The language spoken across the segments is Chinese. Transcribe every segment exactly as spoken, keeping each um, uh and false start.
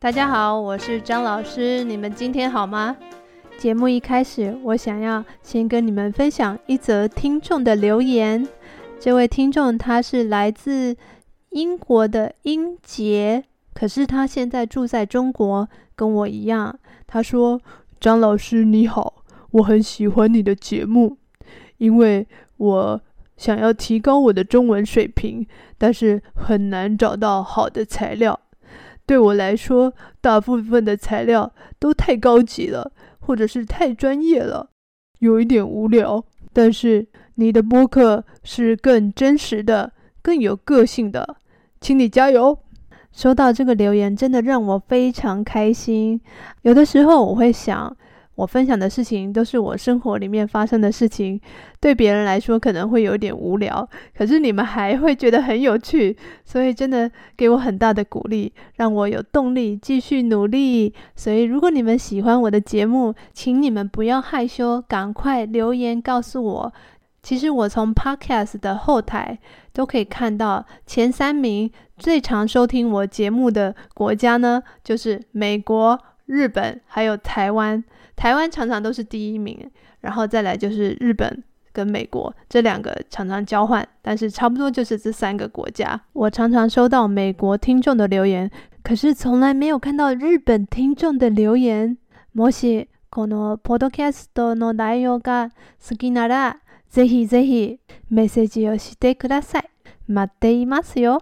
大家好，我是张老师，你们今天好吗？节目一开始，我想要先跟你们分享一则听众的留言。这位听众他是来自英国的英杰，可是他现在住在中国，跟我一样。他说：张老师你好，我很喜欢你的节目，因为我想要提高我的中文水平，但是很难找到好的材料。对我来说，大部分的材料都太高级了，或者是太专业了，有一点无聊。但是你的播客是更真实的，更有个性的，请你加油。收到这个留言真的让我非常开心。有的时候我会想，我分享的事情都是我生活里面发生的事情，对别人来说可能会有点无聊，可是你们还会觉得很有趣，所以真的给我很大的鼓励，让我有动力继续努力。所以如果你们喜欢我的节目，请你们不要害羞，赶快留言告诉我。其实我从 Podcast 的后台都可以看到，前三名最常收听我节目的国家呢，就是美国、日本还有台湾。台湾常常都是第一名，然后再来就是日本跟美国，这两个常常交换，但是差不多就是这三个国家。我常常收到美国听众的留言，可是从来没有看到日本听众的留言。もしこのポッドキャストの内容が好きなら、ぜひぜひメッセージをしてください。待っていますよ。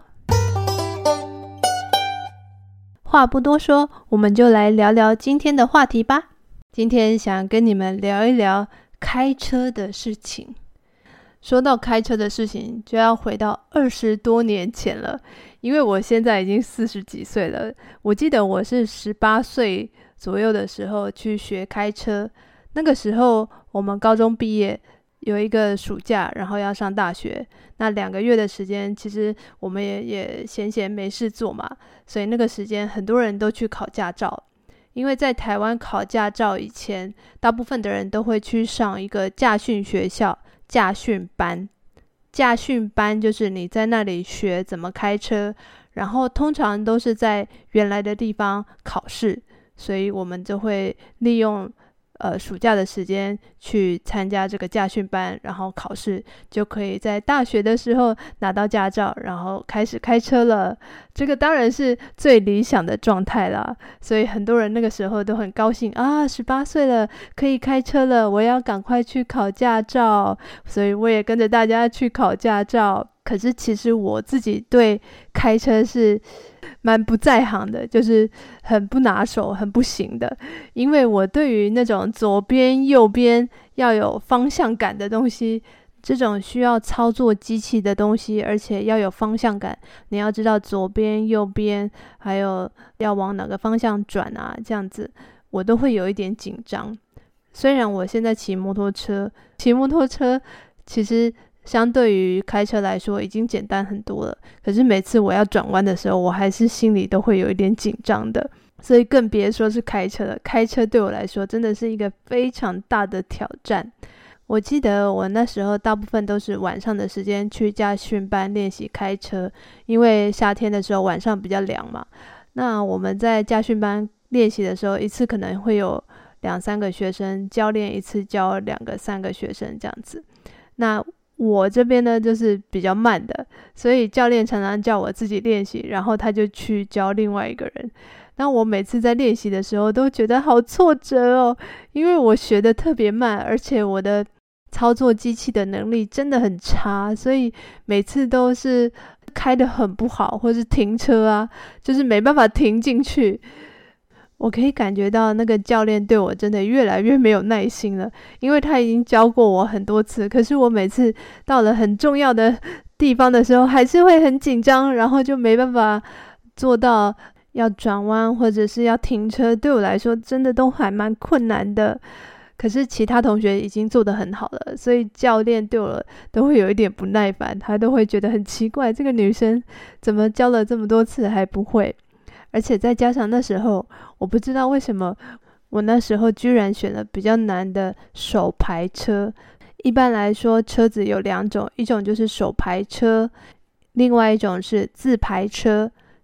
话不多说，我们就来聊聊今天的话题吧。今天想跟你们聊一聊开车的事情。说到开车的事情，就要回到二十多年前了，因为我现在已经四十几岁了。我记得我是十八岁左右的时候去学开车，那个时候我们高中毕业，有一个暑假，然后要上大学，那两个月的时间，其实我们也也闲闲没事做嘛，所以那个时间很多人都去考驾照。因为在台湾考驾照以前，大部分的人都会去上一个驾训学校、驾训班。驾训班就是你在那里学怎么开车，然后通常都是在原来的地方考试，所以我们就会利用呃暑假的时间去参加这个驾训班，然后考试，就可以在大学的时候拿到驾照，然后开始开车了。这个当然是最理想的状态啦，所以很多人那个时候都很高兴啊，十八岁了可以开车了，我要赶快去考驾照，所以我也跟着大家去考驾照。可是其实我自己对开车是蛮不在行的，就是很不拿手，很不行的。因为我对于那种左边右边要有方向感的东西，这种需要操作机器的东西，而且要有方向感，你要知道左边右边还有要往哪个方向转啊，这样子我都会有一点紧张。虽然我现在骑摩托车，骑摩托车其实相对于开车来说已经简单很多了，可是每次我要转弯的时候，我还是心里都会有一点紧张的，所以更别说是开车了。开车对我来说真的是一个非常大的挑战。我记得我那时候大部分都是晚上的时间去驾训班练习开车，因为夏天的时候晚上比较凉嘛。那我们在驾训班练习的时候，一次可能会有两三个学生，教练一次教两个三个学生这样子。那我这边呢就是比较慢的，所以教练常常叫我自己练习，然后他就去教另外一个人。那我每次在练习的时候都觉得好挫折哦，因为我学得特别慢，而且我的操作机器的能力真的很差，所以每次都是开得很不好，或是停车啊，就是没办法停进去。我可以感觉到那个教练对我真的越来越没有耐心了，因为他已经教过我很多次，可是我每次到了很重要的地方的时候还是会很紧张，然后就没办法做到要转弯或者是要停车，对我来说真的都还蛮困难的。可是其他同学已经做得很好了，所以教练对我都会有一点不耐烦，他都会觉得很奇怪，这个女生怎么教了这么多次还不会。而且再加上那时候我不知道为什么我那时候居然选了比较难的手排车。一般来说车子有两种，一种就是手排车，另外一种是自排车。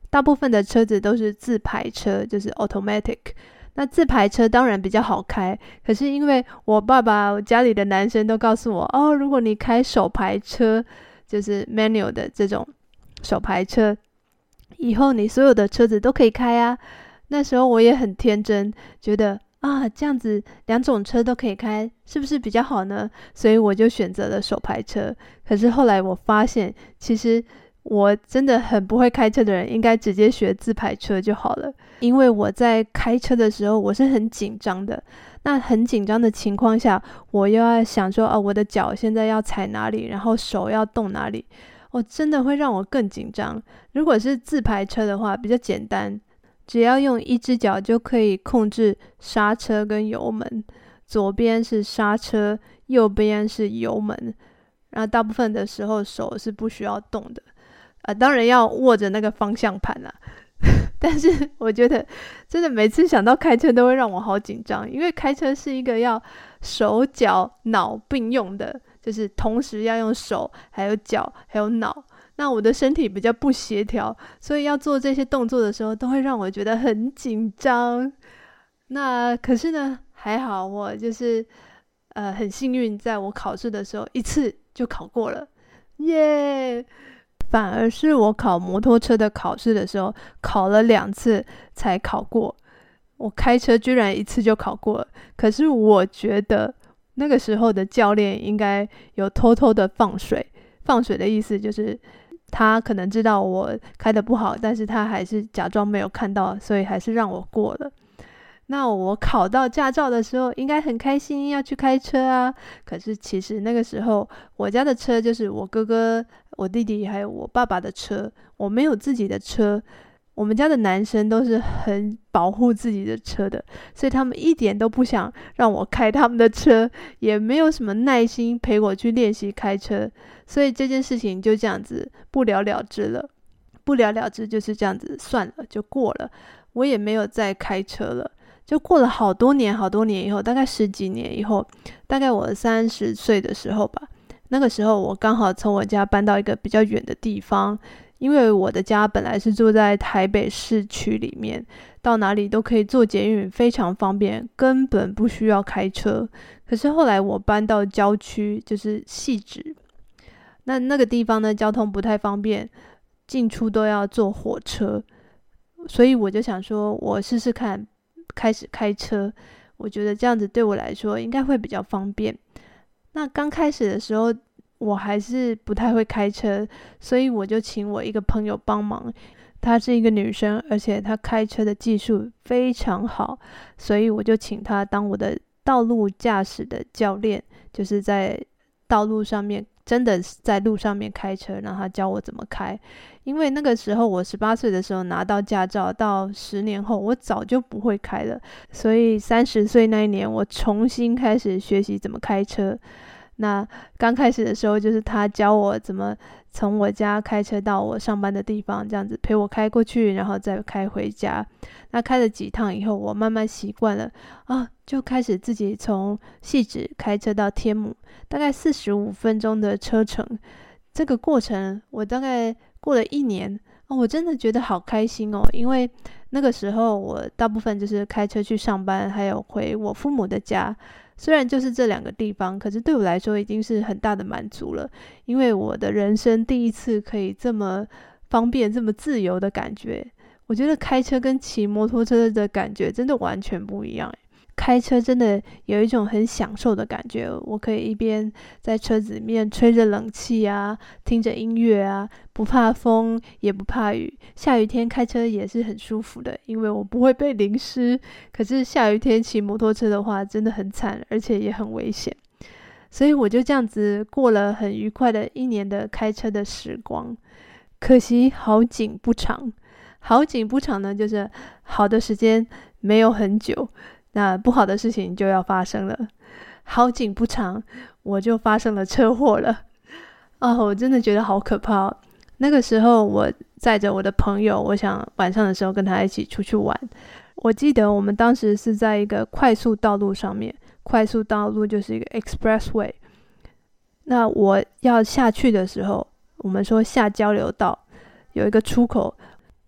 大部分的车子都是自排车，就是 automatic。那自排车当然比较好开，可是因为我爸爸我家里的男生都告诉我，哦，如果你开手排车，就是 manual 的这种手排车，以后你所有的车子都可以开啊。那时候我也很天真，觉得啊，这样子两种车都可以开，是不是比较好呢？所以我就选择了手排车。可是后来我发现，其实我真的很不会开车的人，应该直接学自排车就好了。因为我在开车的时候，我是很紧张的。那很紧张的情况下，我又要想说，哦，我的脚现在要踩哪里，然后手要动哪里，哦，真的会让我更紧张。如果是自排车的话，比较简单，只要用一只脚就可以控制刹车跟油门，左边是刹车，右边是油门，然后大部分的时候手是不需要动的，呃，当然要握着那个方向盘啦。但是我觉得真的每次想到开车都会让我好紧张，因为开车是一个要手脚脑并用的，就是同时要用手还有脚还有脑。那我的身体比较不协调，所以要做这些动作的时候都会让我觉得很紧张。那可是呢，还好我就是呃很幸运，在我考试的时候一次就考过了，耶！反而是我考摩托车的考试的时候，考了两次才考过。我开车居然一次就考过了，可是我觉得那个时候的教练应该有偷偷的放水。放水的意思就是他可能知道我开得不好，但是他还是假装没有看到，所以还是让我过了。那我考到驾照的时候应该很开心要去开车啊，可是其实那个时候我家的车就是我哥哥、我弟弟还有我爸爸的车，我没有自己的车。我们家的男生都是很保护自己的车的，所以他们一点都不想让我开他们的车，也没有什么耐心陪我去练习开车，所以这件事情就这样子不了了之了。不了了之就是这样子算了，就过了，我也没有再开车了。就过了好多年好多年以后，大概十几年以后，大概我三十岁的时候吧，那个时候我刚好从我家搬到一个比较远的地方，因为我的家本来是住在台北市区里面，到哪里都可以坐捷运，非常方便，根本不需要开车。可是后来我搬到郊区，就是汐止，那那个地方呢，交通不太方便，进出都要坐火车，所以我就想说我试试看开始开车，我觉得这样子对我来说应该会比较方便。那刚开始的时候我还是不太会开车，所以我就请我一个朋友帮忙，她是一个女生，而且她开车的技术非常好，所以我就请她当我的道路驾驶的教练，就是在道路上面真的在路上面开车，让她教我怎么开。因为那个时候我十八岁的时候拿到驾照，到十年后我早就不会开了，所以三十岁那一年我重新开始学习怎么开车。那刚开始的时候就是他教我怎么从我家开车到我上班的地方，这样子陪我开过去，然后再开回家。那开了几趟以后，我慢慢习惯了啊，就开始自己从汐止开车到天母，大概四十五分钟的车程。这个过程我大概过了一年，哦，我真的觉得好开心哦，因为那个时候我大部分就是开车去上班，还有回我父母的家。虽然就是这两个地方，可是对我来说已经是很大的满足了，因为我的人生第一次可以这么方便这么自由的感觉。我觉得开车跟骑摩托车的感觉真的完全不一样。开车真的有一种很享受的感觉，我可以一边在车子里面吹着冷气啊，听着音乐啊，不怕风也不怕雨。下雨天开车也是很舒服的，因为我不会被淋湿。可是下雨天骑摩托车的话真的很惨，而且也很危险。所以我就这样子过了很愉快的一年的开车的时光。可惜好景不长，好景不长呢，就是好的时间没有很久，那不好的事情就要发生了。好景不长，我就发生了车祸了。哦，我真的觉得好可怕哦。那个时候我载着我的朋友，我想晚上的时候跟他一起出去玩。我记得我们当时是在一个快速道路上面，快速道路就是一个 expressway。那我要下去的时候，我们说下交流道有一个出口，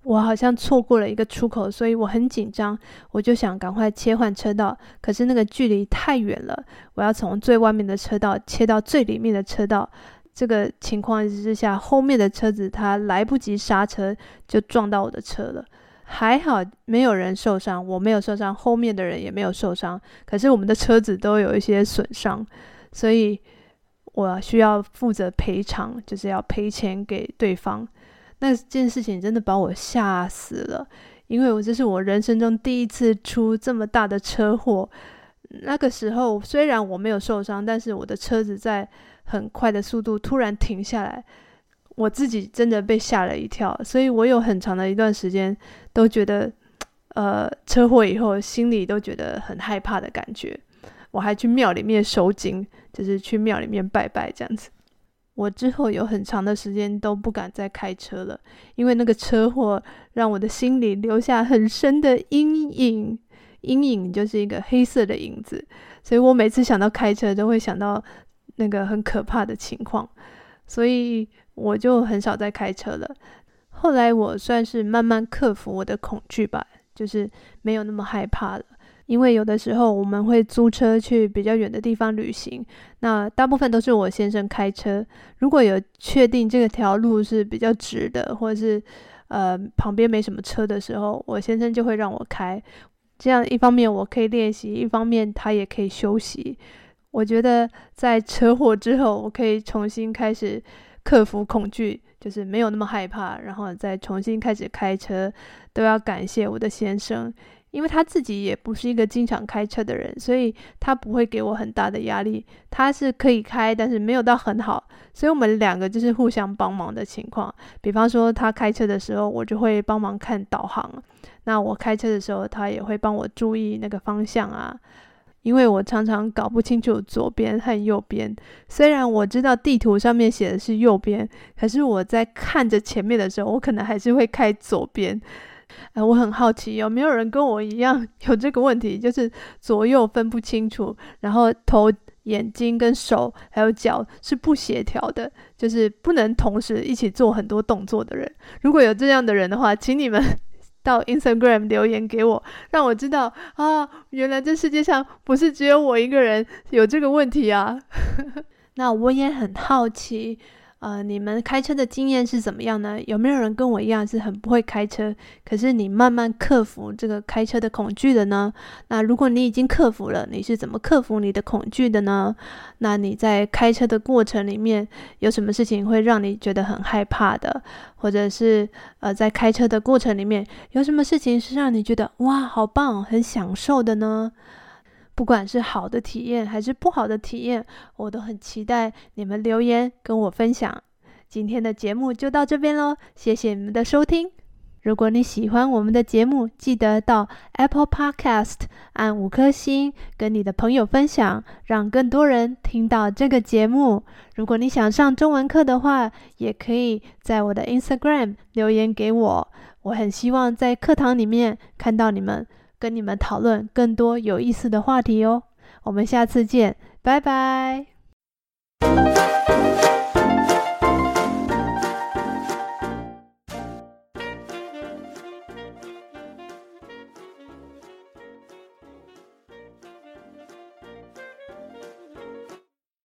我好像错过了一个出口，所以我很紧张，我就想赶快切换车道，可是那个距离太远了，我要从最外面的车道切到最里面的车道。这个情况之下，后面的车子它来不及刹车就撞到我的车了。还好没有人受伤，我没有受伤，后面的人也没有受伤，可是我们的车子都有一些损伤，所以我需要负责赔偿，就是要赔钱给对方。那件事情真的把我吓死了，因为我这是我人生中第一次出这么大的车祸。那个时候虽然我没有受伤，但是我的车子在很快的速度突然停下来，我自己真的被吓了一跳，所以我有很长的一段时间都觉得呃，车祸以后心里都觉得很害怕的感觉。我还去庙里面收金，就是去庙里面拜拜这样子。我之后有很长的时间都不敢再开车了，因为那个车祸让我的心里留下很深的阴影，阴影就是一个黑色的影子，所以我每次想到开车都会想到那个很可怕的情况，所以我就很少再开车了。后来我算是慢慢克服我的恐惧吧，就是没有那么害怕了。因为有的时候我们会租车去比较远的地方旅行，那大部分都是我先生开车。如果有确定这个条路是比较直的，或者是呃旁边没什么车的时候，我先生就会让我开。这样一方面我可以练习，一方面他也可以休息。我觉得在车祸之后，我可以重新开始克服恐惧，就是没有那么害怕，然后再重新开始开车，都要感谢我的先生。因为他自己也不是一个经常开车的人，所以他不会给我很大的压力。他是可以开，但是没有到很好，所以我们两个就是互相帮忙的情况。比方说他开车的时候，我就会帮忙看导航，那我开车的时候，他也会帮我注意那个方向啊。因为我常常搞不清楚左边和右边，虽然我知道地图上面写的是右边，可是我在看着前面的时候，我可能还是会开左边。呃，我很好奇有没有人跟我一样有这个问题，就是左右分不清楚，然后头、眼睛跟手还有脚是不协调的，就是不能同时一起做很多动作的人。如果有这样的人的话，请你们到 Instagram 留言给我，让我知道啊，原来这世界上不是只有我一个人有这个问题啊。那我也很好奇呃，你们开车的经验是怎么样呢？有没有人跟我一样是很不会开车，可是你慢慢克服这个开车的恐惧的呢？那如果你已经克服了，你是怎么克服你的恐惧的呢？那你在开车的过程里面有什么事情会让你觉得很害怕的？或者是呃，在开车的过程里面有什么事情是让你觉得哇好棒很享受的呢？不管是好的体验还是不好的体验，我都很期待你们留言跟我分享。今天的节目就到这边咯，谢谢你们的收听。如果你喜欢我们的节目，记得到 Apple Podcast 按五颗星，跟你的朋友分享，让更多人听到这个节目。如果你想上中文课的话，也可以在我的 Instagram 留言给我，我很希望在课堂里面看到你们，跟你们讨论更多有意思的话题哦。我们下次见，拜拜。